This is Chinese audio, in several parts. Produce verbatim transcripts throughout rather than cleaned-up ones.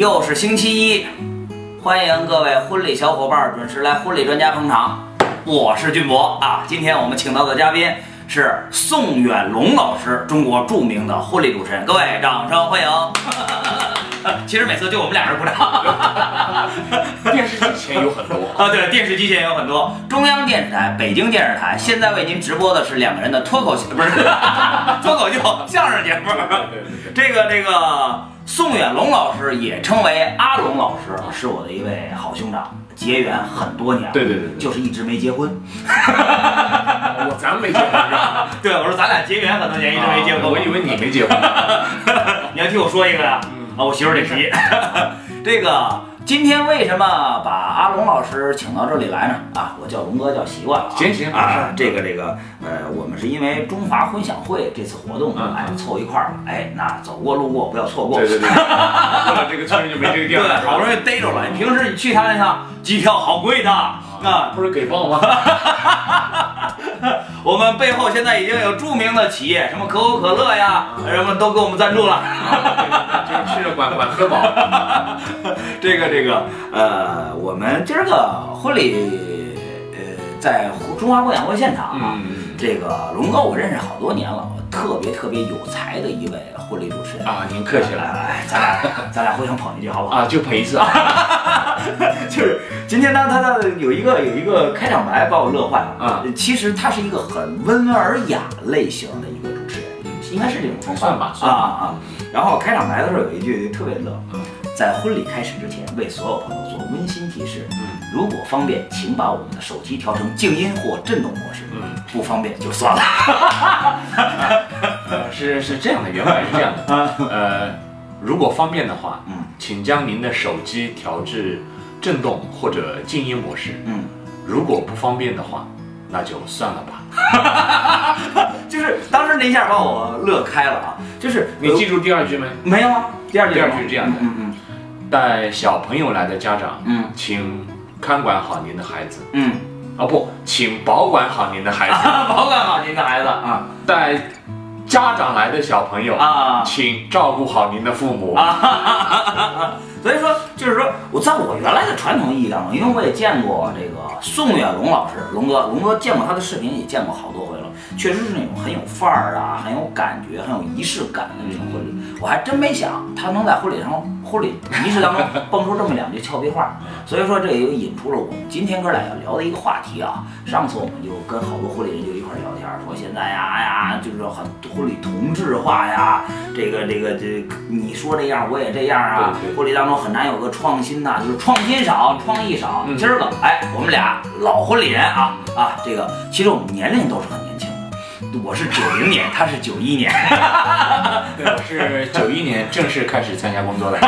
又是星期一，欢迎各位婚礼小伙伴准时来婚礼专家捧场。我是俊博啊，今天我们请到的嘉宾是宋远龙老师，中国著名的婚礼主持人，各位掌声欢迎。其实每次就我们俩人鼓掌。 电视机前有很多啊，对，电视机前有很多。中央电视台、北京电视台现在为您直播的是两个人的脱口秀，不是脱口秀相声节目。 对对对， 这个这个宋远龙老师也称为阿龙老师，是我的一位好兄长，结缘很多年了。 对对对对， 就是一直没结婚。 我咱没结婚是吧？ 对，我说咱俩结缘很多年，一直没结婚。 啊、我以为你没结婚。 你要听我说一个呀？啊，我媳妇儿得急。这个今天为什么把阿龙老师请到这里来呢？啊，我叫龙哥叫习惯了。 行行啊，这个这个呃，我们是因为中华婚享会这次活动，哎，凑一块儿了。哎，那走过路过不要错过。 对对对。过了这个村就没这个店了。 对，好不容易逮着了。你平时你去他那趟机票好贵的啊， 不是给报吗？ 我们背后现在已经有著名的企业，什么可口可乐呀，什么都给我们赞助了。 啊、就是去了管管喝饱。 这个这个呃，我们今儿个婚礼呃，在中华婚享会现场啊， 嗯、 这个龙哥我认识好多年了，我特别特别有才的一位婚礼主持人啊，您客气了， 哎，咱俩咱俩互相捧一句好不好？ 啊，就捧一次。 就是今天呢，他的有一个有一个开场白把我乐坏了啊。 其实他是一个很温而雅类型的一个主持人，应该是这种风算吧， 啊啊。然后开场白的时候有一句特别乐，在婚礼开始之前，为所有朋友做温馨提示。嗯，如果方便，请把我们的手机调成静音或震动模式。嗯，不方便就算了。 呃，是是这样的，原本是这样的。呃，如果方便的话，嗯，请将您的手机调至震动或者静音模式。嗯，如果不方便的话，那就算了吧。 就是当时那一下把我乐开了啊！就是你记住第二句没？ 没有啊，第二句第二句是这样的， 嗯嗯， 带小朋友来的家长， 嗯， 请看管好您的孩子， 嗯， 哦不，请保管好您的孩子， 保管好您的孩子啊， 带家长来的小朋友啊， 请照顾好您的父母啊。所以说，就是说我在我原来的传统意义当中，因为我也见过这个宋远龙老师，龙哥，龙哥见过他的视频，也见过好多回了，确实是那种很有范儿啊，很有感觉，很有仪式感的那种婚礼。我还真没想他能在婚礼上婚礼仪式当中蹦出这么两句俏皮话。所以说，这也就引出了我们今天哥俩要聊的一个话题啊。上次我们就跟好多婚礼人就一块聊天，说现在呀呀，就是很婚礼同质化呀，这个这个这个、你说这样我也这样啊，婚礼当中很难有个创新呐、啊，就是创新少，创意少。今儿个哎，我们俩老婚礼人啊啊，这个其实我们年龄都是很年轻的，我是九零年，他是九一年， 对，我是九一年正式开始参加工作的，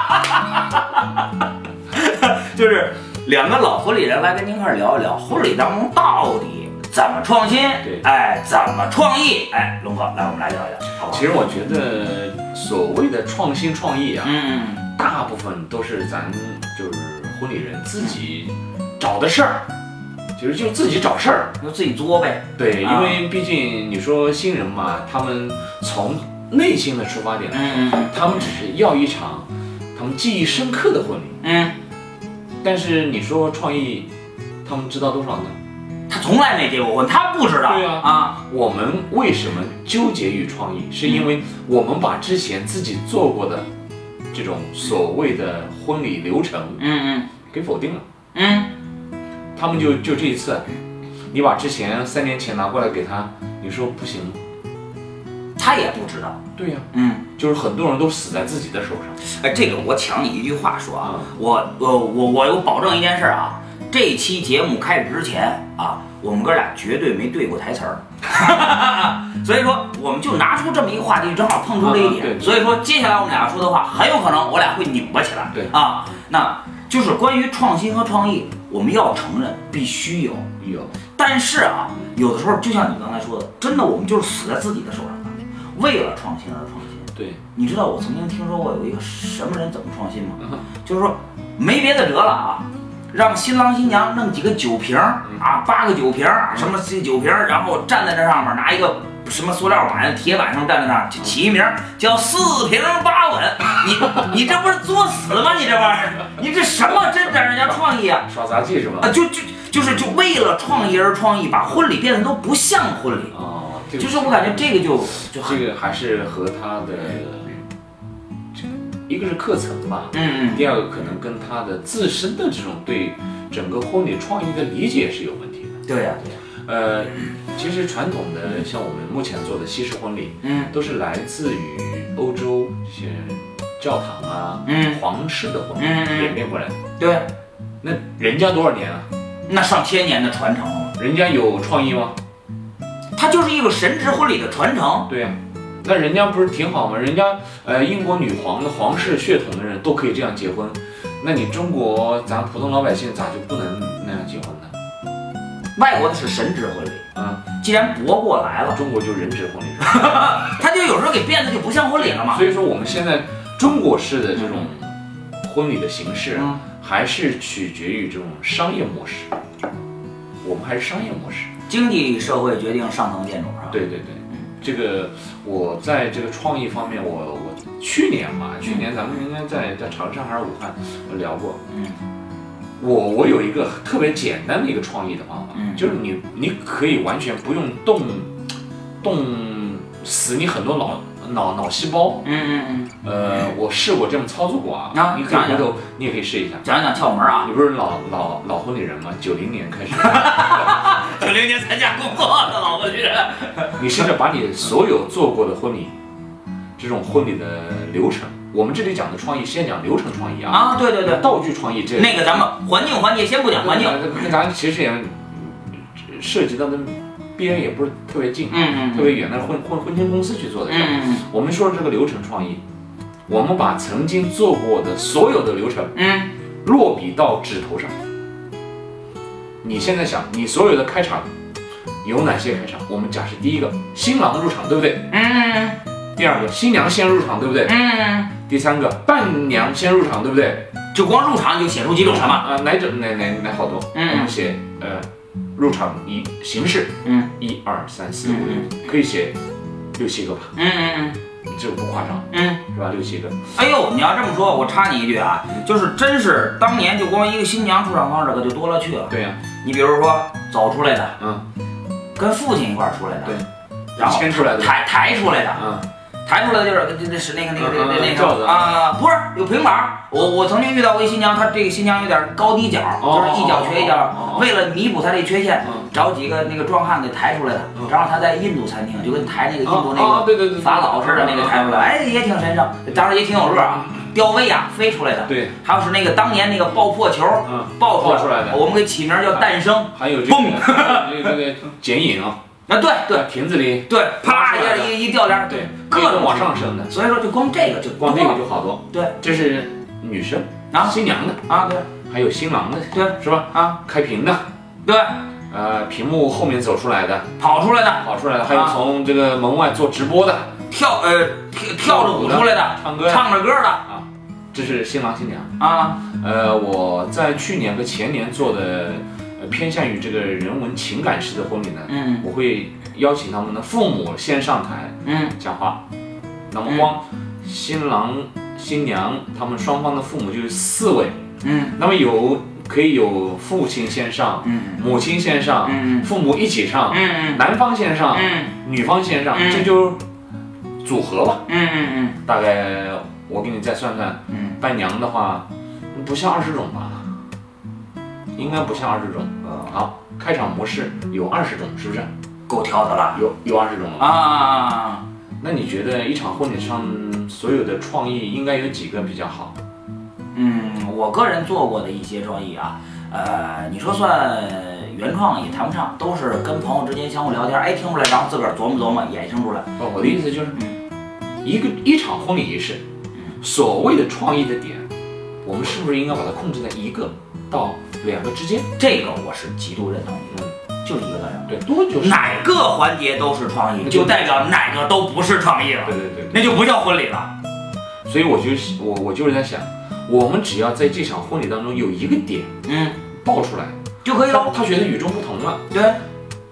就是两个老婚礼人来跟您一块聊一聊婚礼当中到底怎么创新， 对， 哎，怎么创意，哎，龙哥，来我们来聊一聊，好不好？ 其实我觉得所谓的创新创意啊， 嗯。 大部分都是咱就是婚礼人自己找的事儿，其实就自己找事儿， 就自己作呗。 对，因为毕竟你说新人嘛，他们从内心的出发点来说， 嗯、 他们只是要一场他们记忆深刻的婚礼。 嗯， 但是你说创意，他们知道多少呢？ 他从来没结过婚，他不知道。 对啊， 啊， 我们为什么纠结于创意？是因为我们把之前自己做过的这种所谓的婚礼流程， 嗯嗯， 给否定了。 嗯， 他们就就这一次，你把之前三年前拿过来给他，你说不行， 他也不知道。 对呀、啊， 嗯， 就是很多人都死在自己的手上。 哎，这个我抢你一句话说啊，我我我我我保证一件事啊，这期节目开始之前啊，我们哥俩绝对没对过台词儿。所以说，我们就拿出这么一个话题，正好碰出这一点。 啊、对， 所以说，接下来我们俩说的话，很有可能我俩会拧巴起来。 对啊，那就是关于创新和创意，我们要承认必须有有。 但是啊，有的时候就像你刚才说的，真的我们就是死在自己的手上了，为了创新而创新。 对， 你知道我曾经听说过有一个什么人怎么创新吗？嗯、就是说没别的辙了啊。让新郎新娘弄几个酒瓶啊，八个酒瓶，什么这酒瓶，然后站在这上面拿一个什么塑料碗、铁板上站在那儿，起一名叫四平八稳，你你这不是作死吗？你这玩意儿，你这什么真让人家创意啊？ 耍杂技是吧？ 啊，就就就是就为了创意而创意，把婚礼变得都不像婚礼。 哦，这个、 就是我感觉这个就就这个还是和他的这个一个是课程吧， 嗯嗯， 第二个可能跟他的自身的这种对整个婚礼创意的理解是有问题的。 对呀、啊、对呀、啊。 呃，其实传统的像我们目前做的西式婚礼， 嗯， 都是来自于欧洲这些教堂啊， 嗯， 皇室的婚礼、 嗯、 演变过来的。 对， 那人家多少年啊？ 那上千年的传承了。 人家有创意吗？ 它就是一个神职婚礼的传承。 对呀、啊，那人家不是挺好吗？人家呃英国女皇的皇室血统的人都可以这样结婚，那你中国咱普通老百姓咋就不能那样结婚呢？ 外国的是神职婚礼， 嗯， 既然驳过来了， 中国就人职婚礼是吧？ 他就有时候给变得就不像婚礼了嘛。 所以说我们现在中国式的这种婚礼的形式， 嗯、 还是取决于这种商业模式。我们还是商业模式， 经济社会决定上层建筑是吧？ 对对对，嗯，这个我在这个创意方面，我我去年嘛，去年咱们应该在在长沙还是武汉，我聊过， 嗯。 我我有一个特别简单的一个创意的方法， 嗯， 就是你你可以完全不用动动死你很多脑脑脑细胞， 嗯嗯嗯， 呃，我试过这么操作过啊， 啊， 你可以回头你也可以试一下， 讲讲窍门啊。 你不是老老老婚礼人吗？九零年开始， 九零年参加工作的老婚礼人， 你试着把你所有做过的婚礼这种婚礼的流程。我们这里讲的创意，先讲流程创意啊！ 啊，对对对， 道具创意这那个咱们环境环节先不讲环境， 跟咱其实也涉及到的边也不是特别近， 嗯嗯， 特别远，那是婚婚婚庆公司去做的。 嗯嗯， 我们说这个流程创意，我们把曾经做过的所有的流程， 嗯， 落笔到纸头上。你现在想，你所有的开场有哪些开场？我们假设第一个新郎入场，对不对？ 嗯。 第二个新娘先入场，对不对？ 嗯。 第三个伴娘先入场，对不对？ 就光入场就写出几种了嘛？ 啊，哪种哪哪哪好多？ 嗯， 我们写呃入场仪形式， 嗯， 一二三四五六，可以写六七个吧？ 嗯嗯嗯， 这个不夸张， 嗯， 是吧？六七个。 哎呦，你要这么说，我插你一句啊，就是真是当年就光一个新娘出场方式可就多了去了。 对呀、啊， 你比如说走出来的， 嗯， 跟父亲一块出来的， 对， 然后牵出来的， 抬抬出来的， 嗯。 抬出来的就是这是那个那个那个那个啊，不是有平板。我我曾经遇到过一新娘，她这个新娘有点高低脚，就是一脚缺一脚。为了弥补她这缺陷，找几个那个壮汉给抬出来的。然后她在印度餐厅就跟抬那个印度那个法老似的那个抬出来，哎也挺神圣，当然也挺有乐啊。吊威亚飞出来的， 对， 还有是那个当年那个爆破球爆出来的， 我们给起名叫诞生。 还有这个这个这个剪影啊。 啊，对对， 亭子里， 对，啪一下一一掉帘， 对， 各种往上升的。 所以说，就光这个就光这个就好多。 对， 这是女生啊， 新娘的啊，对， 还有新郎的， 对， 是吧？ 啊， 开屏的， 对， 呃，屏幕后面走出来的， 跑出来的， 跑出来的，还有从这个门外做直播的， 跳呃跳跳着舞出来的， 唱歌唱着歌的啊，这是新郎新娘啊。 呃，我在去年和前年做的。偏向于这个人文情感式的婚礼呢， 嗯， 我会邀请他们的父母先上台， 嗯， 讲话。那么光新郎、新娘他们双方的父母就是四位， 嗯， 那么有可以有父亲先上， 嗯， 母亲先上， 嗯， 父母一起上， 嗯， 男方先上， 嗯， 女方先上，这就组合吧， 嗯嗯嗯， 大概我给你再算算， 嗯， 伴娘的话不下二十种吧。应该不下二十种，好，开场模式有二十种，是不是？ 够挑的了， 有有二十种了啊。 那你觉得一场婚礼上所有的创意应该有几个比较好？ 嗯，我个人做过的一些创意啊，呃，你说算原创也谈不上，都是跟朋友之间相互聊天，哎，听出来，然后自个儿琢磨琢磨，衍生出来。 哦，我的意思就是，一个一场婚礼仪式，所谓的创意的点，我们是不是应该把它控制在一个到两个之间？ 这个我是极度认同的，嗯，就是一个到两个， 对，多就是哪个环节都是创意，就代表哪个都不是创意了， 对对对， 那就不叫婚礼了。 所以我就我我就是在想，我们只要在这场婚礼当中有一个点， 嗯， 爆出来就可以了， 他觉得与众不同了， 对，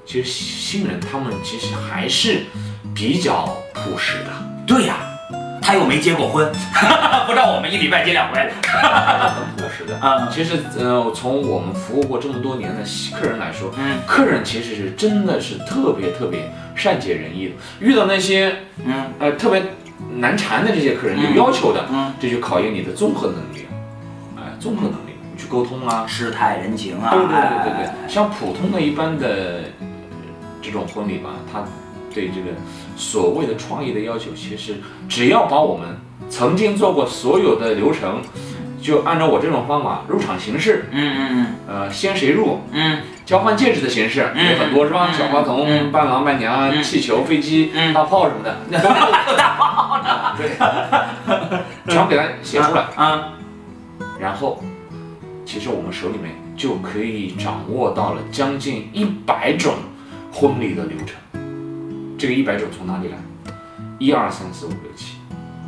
其实新人他们其实还是比较朴实的。 对呀、啊，他又没结过婚，不知道我们一礼拜结两回， 很朴实的。 嗯， 其实呃，从我们服务过这么多年的客人来说， 嗯， 客人其实是真的是特别特别善解人意的。遇到那些嗯呃特别难缠的这些客人，有要求的， 嗯， 这就考验你的综合能力，哎、呃，综合能力，你去沟通啊， 世态人情啊， 对对对对对，像普通的一般的这种婚礼吧，它对这个所谓的创意的要求，其实只要把我们曾经做过所有的流程，就按照我这种方法，入场形式， 嗯嗯嗯， 呃，先谁入， 嗯， 交换戒指的形式，有很多是吧？小花童、伴郎伴娘、气球、飞机、大炮什么的， 还有大炮呢， 对，全部给它写出来， 啊， 然后，其实我们手里面就可以掌握到了将近一百种婚礼的流程。这个一百种从哪里来？一二三四五六七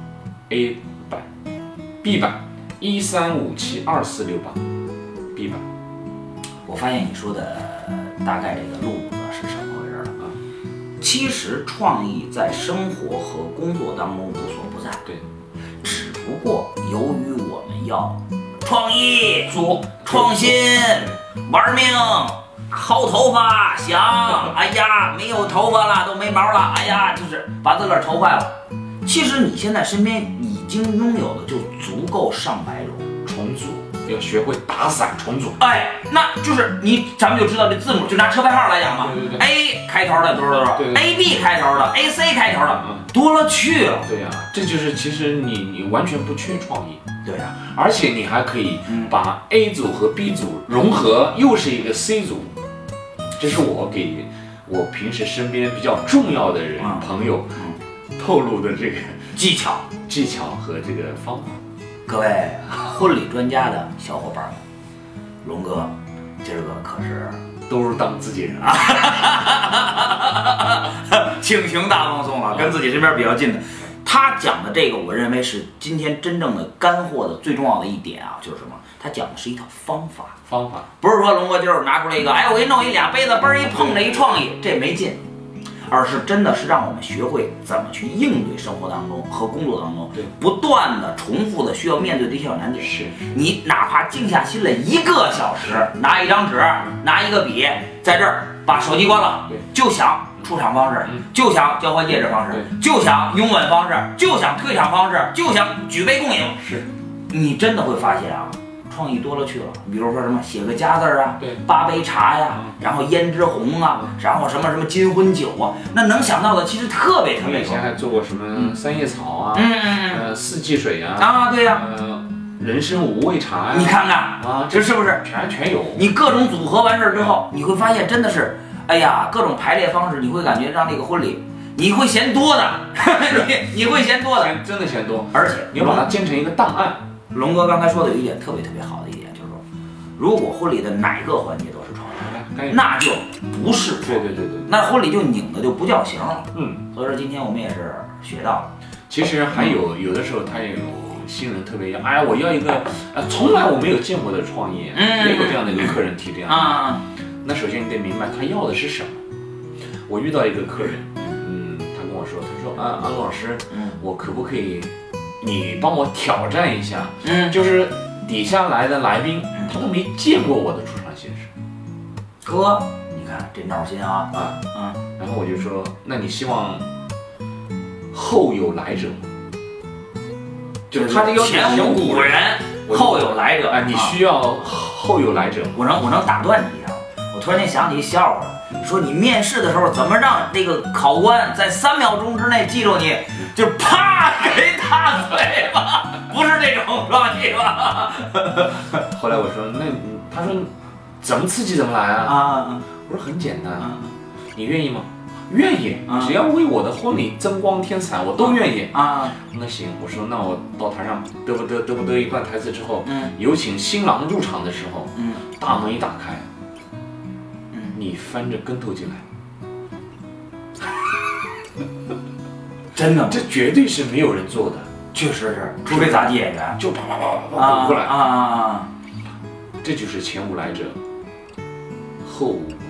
，A 版 ，B 版一三五七二四六八 ，B 版。 我发现你说的大概这个路子是什么回事了啊？其实创意在生活和工作当中无所不在， 对， 只不过由于我们要创意、 作创新、玩命。薅头发，想，哎呀，没有头发了，都没毛了，哎呀，就是把自个儿愁坏了。其实你现在身边已经拥有的就足够上百种。 重组要学会打散重组。 哎，那就是你，咱们就知道这字母，就拿车牌号来讲嘛， 对对对 ，A 开头的多少多少对对对 ，A B 开头的 ，A C 开头的， 嗯， 多了去了。 对呀、啊，这就是其实你你完全不缺创意。 对呀、 啊，而且你还可以把 A 组和 B 组融合，又是一个 C 组。这是我给我平时身边比较重要的人、嗯、朋友、嗯、透露的这个技巧、 技巧和这个方法。 各位婚礼专家的小伙伴们，龙哥今儿个可是都是当自己人啊，倾情大放送啊，跟自己身边比较近的。他讲的这个，我认为是今天真正的干货的最重要的一点啊，就是什么？他讲的是一套方法， 方法不是说龙哥就是拿出来一个，哎，我给你弄一俩杯子，嘣儿一碰着一创意，这没劲，而是真的是让我们学会怎么去应对生活当中和工作当中， 对， 不断的重复的需要面对的一些小难点。 是， 你哪怕静下心来一个小时，拿一张纸，拿一个笔，在这儿把手机关了， 对， 就想出场方式， 嗯、 就想交换戒指方式，就想拥吻方式，就想退场方式，就想举杯共饮。 是， 你真的会发现啊。创意多了去了，比如说什么写个家字啊， 对， 八杯茶呀，嗯、然后胭脂红啊，嗯、然后什么什么金婚酒啊，那能想到的其实特别特别多。 以前还做过什么三叶草啊， 嗯嗯嗯， 呃，四季水啊， 啊对呀、 啊，呃，人参五味茶呀、啊， 你看看啊， 这是不是全全有？ 你各种组合完事之后，你会发现真的是，哎呀，各种排列方式，你会感觉让那个婚礼。你会嫌多的，你你会嫌多的， 真的嫌多， 而且你要把它建成一个档案。 龙哥刚才说的有一点特别特别好的一点，就是说，如果婚礼的哪个环节都是创意，那就不是创意， 对对对对， 那婚礼就拧的就不叫形了。 嗯， 所以说今天我们也是学到了。 其实还有有的时候他也有新人特别要，哎，我要一个呃从来我没有见过的创意， 嗯， 也有这样的一个客人提这样啊。 那首先你得明白他要的是什么。我遇到一个客人，嗯，他跟我说，他说啊，安老师，嗯，我可不可以？你帮我挑战一下， 嗯， 就是底下来的来宾，嗯、他都没见过我的出场形式。 哥，你看这闹心啊啊啊！ 然后我就说，那你希望后有来者吗？ 就是他这个前无古人，后有来者。 哎，你需要后有来者。 我能我能打断你一下，我突然间想起一笑话来，说你面试的时候怎么让那个考官在三秒钟之内记住你？就是啪给大嘴巴，不是这种创意吧？ 后来我说，那他说怎么刺激怎么来啊？ 啊， 我说很简单， 啊、 你愿意吗？愿意， 啊、 只要为我的婚礼增光添彩，我都愿意啊。 那行，我说那我到台上嘚不嘚嘚不嘚一段台词之后， 嗯， 有请新郎入场的时候， 嗯， 大门一打开， 嗯， 你翻着跟头进来。 真的， 这绝对是没有人做的， 确实是，除非杂技演员就啪啪啪啪滚过来啊啊啊！ 这就是前无来者，后无人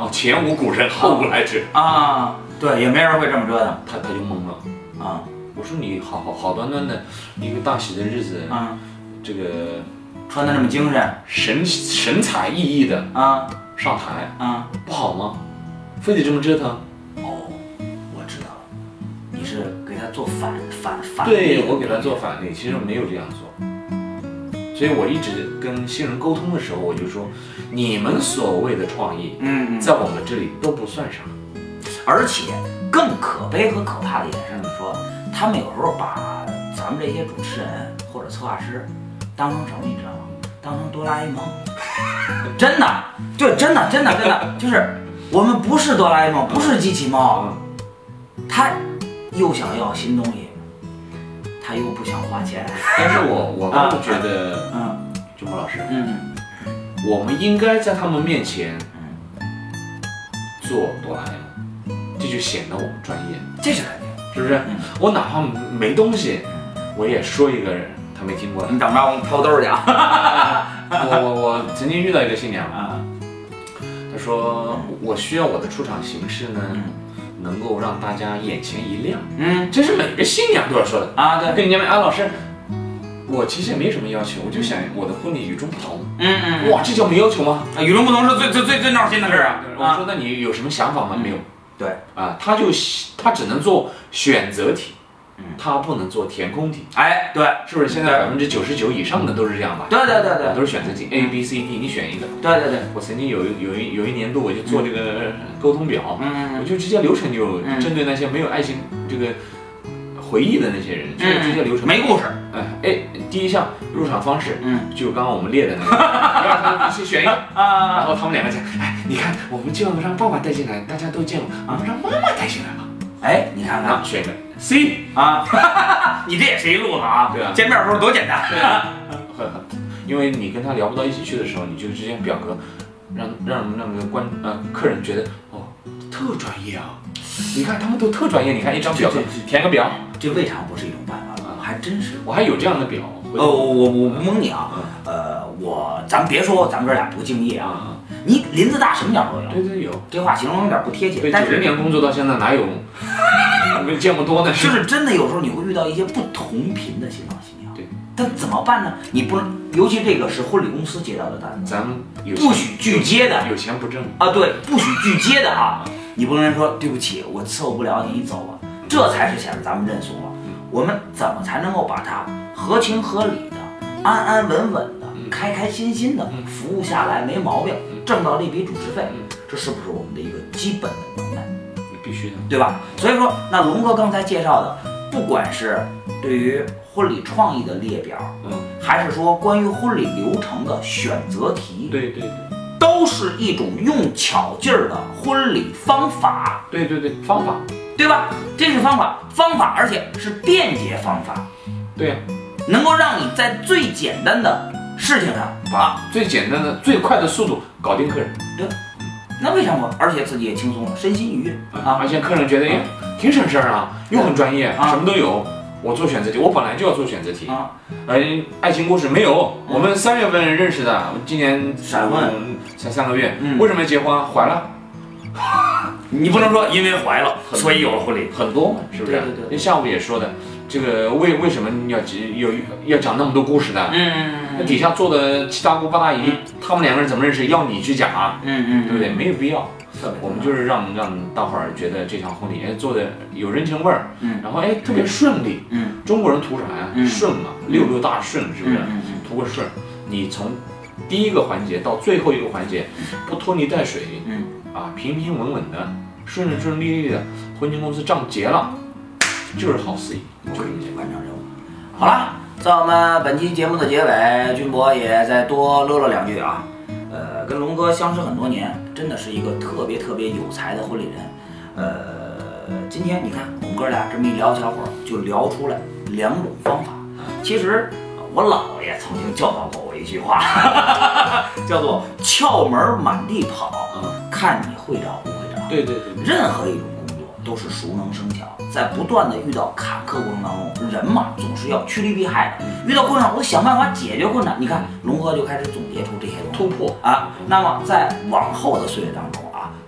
哦，前无古人后无来者啊，对，也没人会这么折腾， 他他就懵了啊。 我说你好好好端端的一个大喜的日子， 啊， 这个穿的那么精神， 神神采奕奕的啊上台啊， 不好吗？非得这么折腾？ 哦，我知道了，你是给他做反反反对，我给他做反例，其实没有这样做。所以我一直跟新人沟通的时候，我就说，你们所谓的创意， 嗯， 在我们这里都不算啥。 而且更可悲和可怕的一件事，你说他们有时候把咱们这些主持人或者策划师当成什么，你知道吗？当成哆啦 A 梦。真的，对，真的，真的，真的，就是我们不是哆啦 A 梦，不是机器猫，他又想要新东西，他又不想花钱。 但是我我倒是觉得， 嗯， 钟博老师， 嗯， 我们应该在他们面前，做哆啦 A 梦，这就显得我们专业， 这是肯定， 是不是？ 嗯、 我哪怕没东西，我也说一个人，他没听过。 你等着，我掏兜去啊！ 我我我曾经遇到一个新娘， 啊， 她说我需要我的出场形式呢， 嗯、 能够让大家眼前一亮。 嗯， 这是每个新娘都要说的啊。对， 跟人家们啊，老师，我其实也没什么要求，我就想我的婚礼与众不同。 嗯嗯， 哇，这叫没要求吗？ 啊，与众不同是最最最最闹心的事啊！ 我说那你有什么想法吗？没有。 对啊，他就他只能做选择题。他不能做填空题， 哎，对， 是不是？现在百分之九十九以上的都是这样吧？ 对对对对， 都是选择题 A B C D， 你选一个。 对对对， 我曾经有一有一有一年度，我就做这个沟通表， 嗯， 我就直接流程就针对那些没有爱情这个回忆的那些人，就直接流程没故事。 哎哎，第一项入场方式， 嗯， 就刚刚我们列的那个，第二项去选一个啊，然后他们两个讲，哎，你看，我们就让爸爸带进来，大家都见过，我们让妈妈带进来吧。 哎，你看看， 选一个 C 啊，你这也是一路子啊， 对啊， 见面的时候多简单， 对啊，因为你跟他聊不到一起去的时候，你就直接表格，让让那个观呃客人觉得哦特专业啊，你看他们都特专业，你看一张表格填个表， 这未尝不是一种办法啊，还真是， 我还有这样的表， 呃我我我不蒙你啊，呃我咱别说咱们哥俩不敬业啊。你林子大什么鸟都有， 对对有， 这话形容有点不贴切。 但是九零年工作到现在哪有没见过多呢？ 就是真的有时候你会遇到一些不同频的新郎新娘， 对， 但怎么办呢？你不能，尤其这个是婚礼公司接到的单子， 咱们不许拒接的， 有钱不挣啊，对，不许拒接的啊，你不能说对不起，我伺候不了你，你走吧，这才是显得咱们认怂了。我们怎么才能够把它合情合理的、安安稳稳的、开开心心的服务下来，没毛病？挣到了一笔主持费，这是不是我们的一个基本的能耐？ 必须的， 对吧？所以说，那龙哥刚才介绍的，不管是对于婚礼创意的列表， 嗯， 还是说关于婚礼流程的选择题， 对对对， 都是一种用巧劲儿的婚礼方法。 对对对，方法， 对吧？这是方法，方法，而且是便捷方法。 对呀、啊， 能够让你在最简单的事情上， 把最简单的、最快的速度搞定客人。 对，那为什么？而且自己也轻松了，身心愉悦啊！ 而且客人觉得，哎，挺省事儿啊，又很专业， 啊、 什么都有。我做选择题，我本来就要做选择题啊。 呃，爱情故事没有，我们三月份认识的，今年闪婚才三个月， 嗯、 为什么结婚？怀了。 你不能说因为怀了，所以有了婚礼， 很多嘛，是不是？ 对对对。 下午也说的，这个为为什么要有要讲那么多故事呢？ 嗯， 那底下坐的七大姑八大姨，他们两个人怎么认识？要你去讲啊？ 嗯嗯， 对不对？没有必要。我们就是让让大伙儿觉得这场婚礼哎做的有人情味儿， 嗯， 然后哎特别顺利， 嗯， 中国人图啥呀？顺嘛，六六大顺，是不是？ 嗯嗯， 图个顺。你从第一个环节到最后一个环节，不拖泥带水， 嗯， 啊，平平稳稳的，顺顺利利的，婚庆公司账结了，就是好司仪， 就是完成任务。好了，在我们本期节目的结尾，军博也再多啰啰两句啊。呃，跟龙哥相识很多年，真的是一个特别特别有才的婚礼人。呃，今天你看我们哥俩这么一聊，小伙就聊出来两种方法。其实我姥爷曾经教导过我一句话，叫做“窍门满地跑”，看你会找不会找。 对对对， 任何一种工作都是熟能生巧，在不断的遇到坎坷过程当中，人嘛总是要趋利避害的。遇到困难，我得想办法解决困难。你看，龙哥就开始总结出这些东西突破啊。那么在往后的岁月当中啊，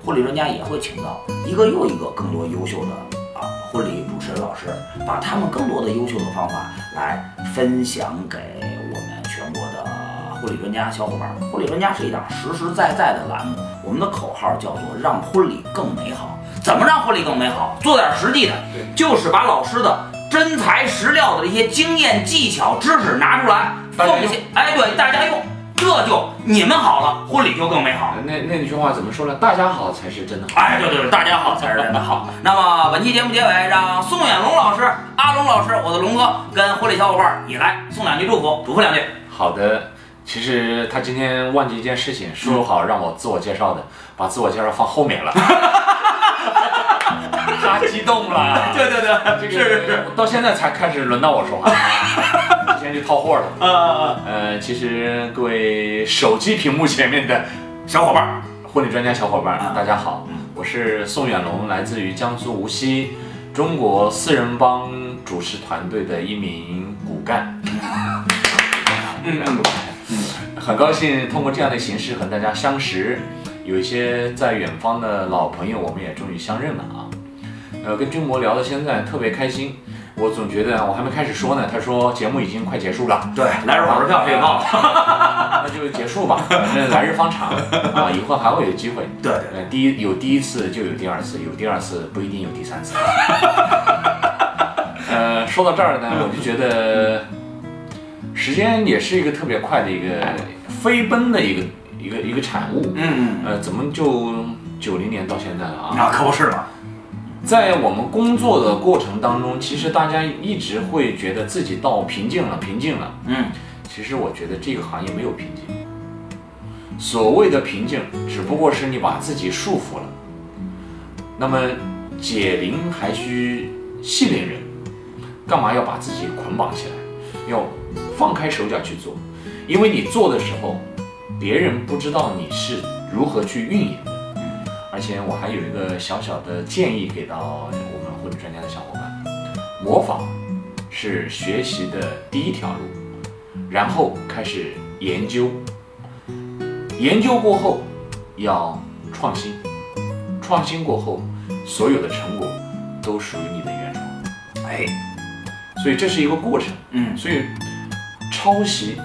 婚礼专家也会请到一个又一个更多优秀的啊婚礼主持人老师，把他们更多的优秀的方法来分享给我们全国的婚礼专家小伙伴。婚礼专家是一档实实在在的栏目，我们的口号叫做让婚礼更美好。怎么让婚礼更美好？做点实际的，就是把老师的真材实料的这些经验、技巧、知识拿出来，奉献，哎，对，大家用，这就你们好了，婚礼就更美好。 那那句话怎么说呢？大家好才是真的好。 哎，对对对，大家好才是真的好。那么本期节目结尾，让宋远龙老师、阿龙老师，我的龙哥跟婚礼小伙伴也来送两句祝福，嘱咐两句。 好的。其实他今天忘记一件事情，说好让我自我介绍的，把自我介绍放后面了。他激动了。 对对对，这个是是是， 到现在才开始轮到我说话，之前就套货了。 啊啊啊！ 呃，其实各位手机屏幕前面的小伙伴， 婚礼专家小伙伴， 啊、 大家好，我是宋远龙，来自于江苏无锡中国四人帮主持团队的一名骨干。嗯，很高兴通过这样的形式和大家相识，有一些在远方的老朋友，我们也终于相认了啊。呃，跟君博聊到现在特别开心，我总觉得我还没开始说呢，他说节目已经快结束了， 对，来日火车票可以报了， 那就结束吧，反正来日方长啊，以后还会有机会。 对对对， 第一有第一次就有第二次，有第二次不一定有第三次。呃，说到这儿呢，我就觉得。时间也是一个特别快的一个飞奔的一个一个一个产物， 嗯嗯， 呃，怎么就九零年到现在了啊？ 那可不是嘛。 在我们工作的过程当中，其实大家一直会觉得自己到瓶颈了，瓶颈了。 嗯， 其实我觉得这个行业没有瓶颈，所谓的瓶颈，只不过是你把自己束缚了。那么解铃还需系铃人，干嘛要把自己捆绑起来？要放开手脚去做，因为你做的时候，别人不知道你是如何去运营的。而且我还有一个小小的建议给到我们婚礼专家的小伙伴：模仿是学习的第一条路，然后开始研究，研究过后要创新，创新过后，所有的成果都属于你的原创。 哎。 所以这是一个过程， 嗯， 所以抄袭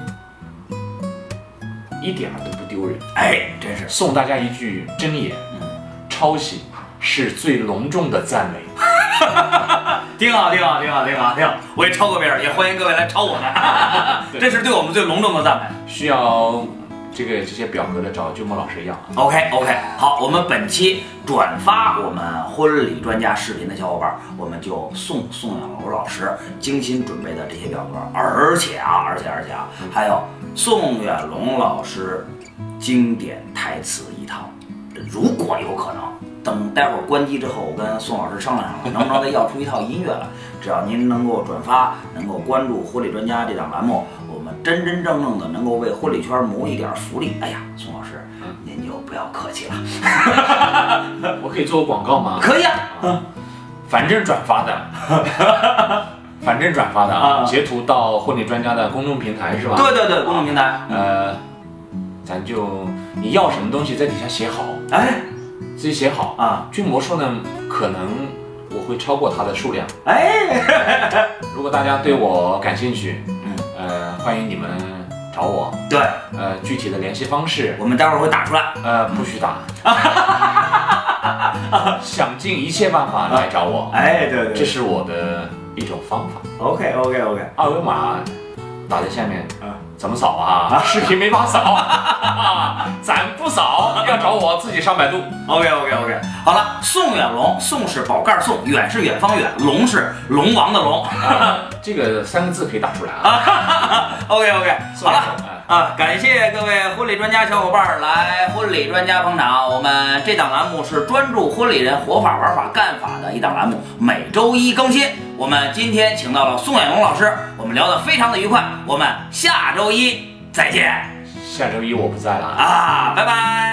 一点儿都不丢人， 哎，真是送大家一句真言，嗯，抄袭是最隆重的赞美。 挺好，挺好，挺好，挺好，挺好。我也抄过别人，也欢迎各位来抄我们，这是对我们最隆重的赞美。 需要这个这些表格的找君莫老师要。 OK OK， 好，我们本期转发我们婚礼专家视频的小伙伴，我们就送宋远楼老师精心准备的这些表格，而且啊，而且而且啊，还有宋远龙老师经典台词一套。如果有可能，等待会儿关机之后，我跟宋老师商量商量，能不能再要出一套音乐来？只要您能够转发，能够关注婚礼专家这档栏目，我们真真正正的能够为婚礼圈谋一点福利。哎呀，宋老师，您就不要客气了。 我可以做个广告吗？ 可以啊， 啊反正转发的，反正转发的啊，截图到婚礼专家的公众平台是吧？ 对对对，公众平台。 呃，咱就你要什么东西在底下写好， 哎， 自己写好啊。 据魔术呢，可能我会超过它的数量。 哎， 如果大家对我感兴趣，嗯，呃，欢迎你们找我。 对， 呃，具体的联系方式我们待会儿会打出来。 呃，不许打。想尽一切办法来找我。 哎，对 对, 对， 这是我的一种方法。 OK OK OK， 二维码打在下面，啊，怎么扫啊？视频没法扫，咱不扫，要找我自己上百度。 OK OK OK， 好了，宋远龙，宋是宝盖宋，远是远方远，龙是龙王的龙， 啊，这个三个字可以打出来啊。 OK OK， 好了。啊，感谢各位婚礼专家小伙伴来婚礼专家捧场。我们这档栏目是专注婚礼人活法、玩法、干法的一档栏目，每周一更新。我们今天请到了宋远龙老师，我们聊得非常的愉快。我们下周一再见。 下周一我不在了啊，拜拜。